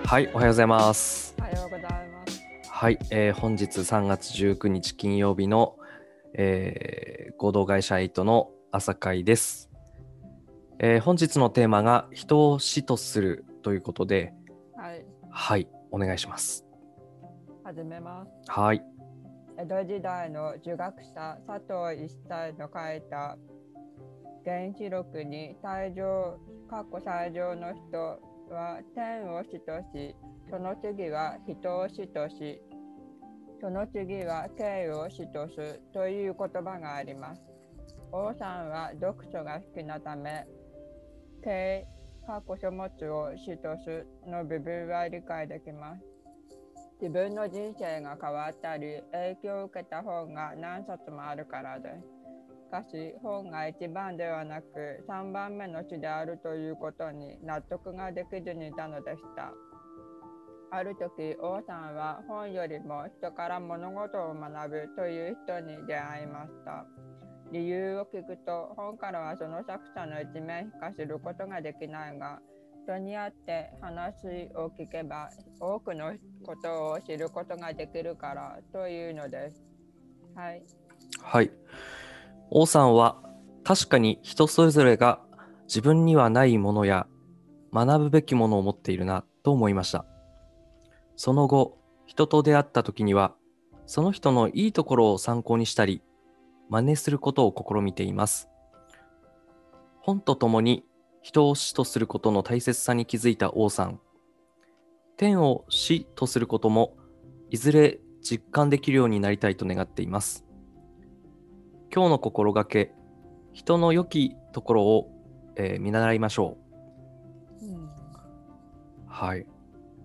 はい、おはようございます。 おはようございます。 はい、本日3月19日金曜日の、合同会社8の朝会です。本日のテーマが人を師とするということで、はい、お願いします。 始めます。 はい。 江戸時代の儒学者佐藤一切の書いた原子録に最上の人は天を師とし、その次は人を師とし、その次は敬を師とすという言葉があります。王さんは読書が好きなため、敬書物を師とすの部分は理解できます。自分の人生が変わったり、影響を受けた本が何冊もあるからです。しかし、本が一番ではなく3番目の師であるということに納得ができずにいたのでした。ある時、王さんは本よりも人から物事を学ぶという人に出会いました。理由を聞くと、本からはその作者の一面しか知ることができないが、人に会って話を聞けば多くのことを知ることができるからというのです。はい。 はい。王さんは確かに人それぞれが自分にはないものや学ぶべきものを持っているなと思いました。その後、人と出会った時には、その人のいいところを参考にしたり、真似することを試みています。本とともに人を師とすることの大切さに気づいた王さん。天を師とすることも、いずれ実感できるようになりたいと願っています。今日の心がけ、人の良きところを、見習いましょう。はい。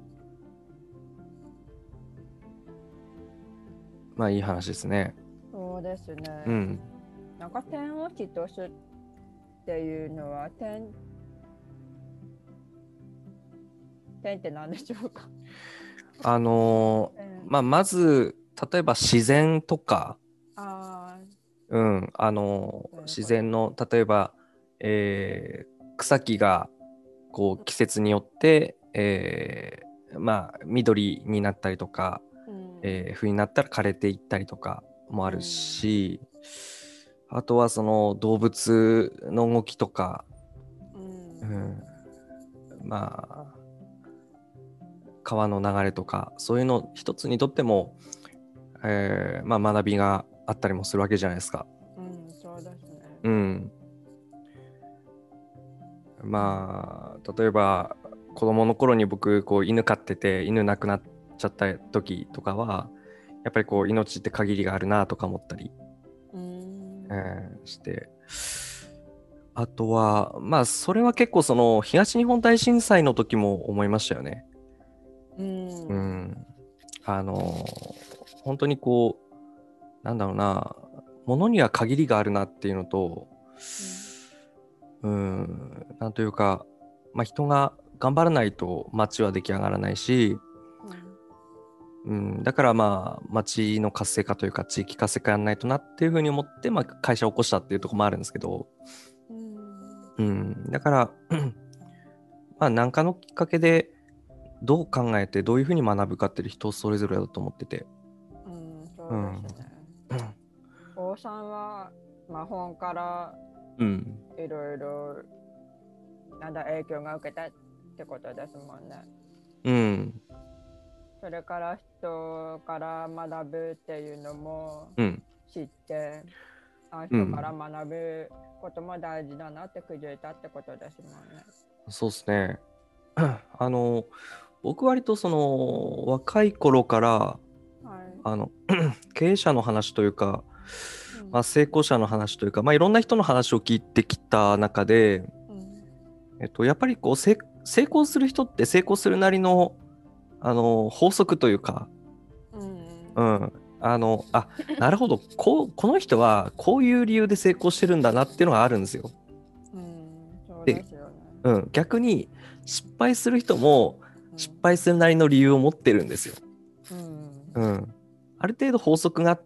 まあいい話ですね。 そうですね。なんか天を師とすっていうのは天って何でしょうか。 まず例えば自然とか、自然の例えば、草木がこう季節によって、緑になったりとか、冬になったら枯れていったりとかもあるし、あとはその動物の動きとか、川の流れとか、そういうの一つにとっても、学びがあったりもするわけじゃないですか。 そうですね。 例えば子供の頃に僕こう犬飼ってて、犬亡くなっちゃった時とかはやっぱりこう命って限りがあるなとか思ったりして、あとはそれは結構その東日本大震災の時も思いましたよね。本当にこうなんだろうな、ものには限りがあるなっていうのと、なんというか、人が頑張らないと街は出来上がらないし、だから街の活性化というか地域活性化やらないとなっていうふうに思って、会社を起こしたっていうところもあるんですけど、だから何かのきっかけでどう考えてどういうふうに学ぶかっていう人それぞれだと思ってて。 そうですね。王さんは、本からいろいろ影響が受けたってことですもんね。それから人から学ぶっていうのも知って、人から学ぶことも大事だなって気づいたってことですもんね。 そうですね。僕割とその若い頃から、経営者の話というか、成功者の話というか、いろんな人の話を聞いてきた中で、やっぱりこう成功する人って成功するなりの法則というか、なるほど、この人はこういう理由で成功してるんだなっていうのがあるんですよ。 そうですよね。 逆に失敗する人も失敗するなりの理由を持ってるんですよ。ある程度法則があって、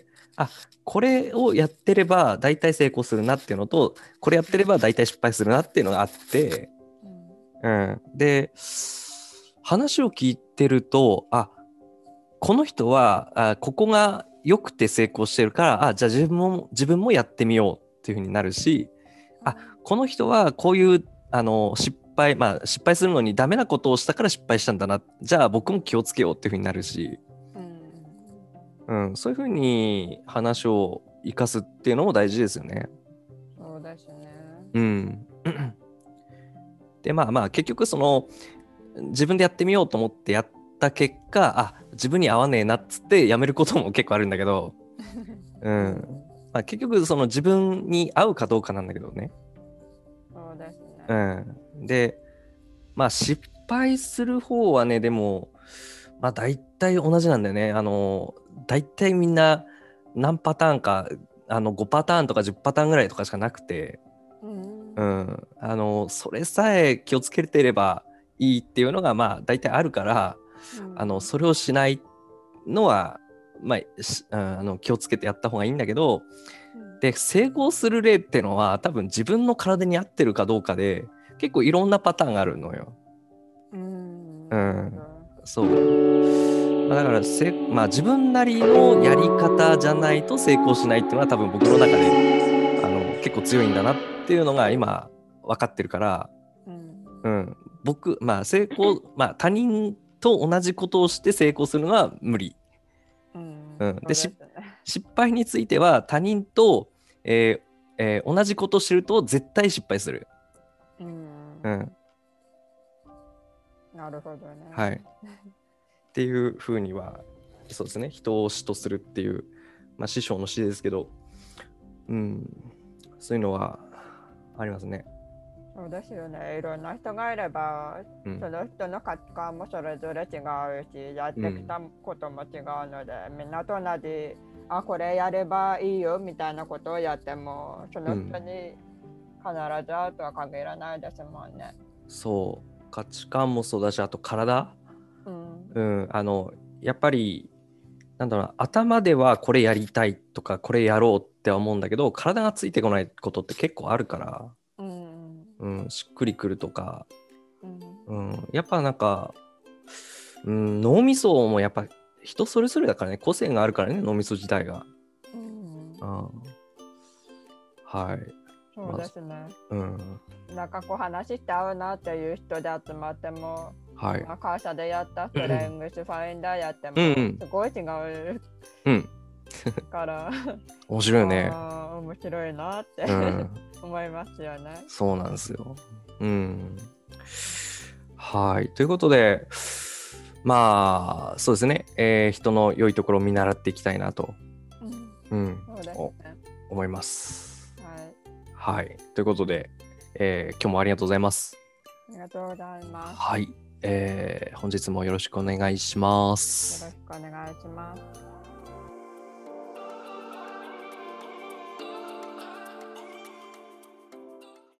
これをやってれば大体成功するなっていうのと、これやってれば大体失敗するなっていうのがあって、で話を聞いてると、この人はここが良くて成功してるから、じゃあ自分もやってみようっていう風になるし、この人はこういう失敗するのにダメなことをしたから失敗したんだな、じゃあ僕も気をつけようっていう風になるし、そういう風に話を生かすっていうのも大事ですよね。 そうですね。 で結局自分でやってみようと思ってやった結果、自分に合わねえなっつってやめることも結構あるんだけど、結局自分に合うかどうかなんだけどね。 そうですね。 で、失敗する方はね、でも大体同じなんだよね。大体みんな何パターンか5パターンとか10パターンぐらいとかしかなくて、それさえ気をつけてればいいっていうのが大体あるから、それをしないのは気をつけてやった方がいいんだけど、で成功する例ってのは多分自分の体に合ってるかどうかで結構いろんなパターンがあるのよ。そうだから自分なりのやり方じゃないと成功しないっていうのは多分僕の中で結構強いんだなっていうのが今分かってるから、僕成功他人と同じことをして成功するのは無理。で失敗については他人と、同じことをしてると絶対失敗する。 なるほどね。 はい。っていうふうにはそうですね、人を師とするっていう、師匠の師ですけど、そういうのはありますね。 そうですよね。いろんな人がいれば、その人の価値観もそれぞれ違うし、やってきたことも違うので、みんなと同じこれやればいいよみたいなことをやっても、その人に必ず合うとは限らないですもんね。 そう価値観もそうだし、あと体、やっぱりなんだろう、頭ではこれやりたいとかこれやろうって思うんだけど、体がついてこないことって結構あるから、しっくりくるとか、やっぱなんか、脳みそもやっぱ人それぞれだからね、個性があるからね、脳みそ自体が。はい。 そうですね。なんかこう話して合うなっていう人で集まっても、会社でやったストレングスファインダーやってもすごい違うから面白いよね。 面白いなって思いますよね。 そうなんですよ。はい。ということで、そうですね、人の良いところを見習っていきたいなと、思います。はい。ということで、今日もありがとうございます。 ありがとうございます。 はい。本日もよろしくお願いします。 よろしくお願いします。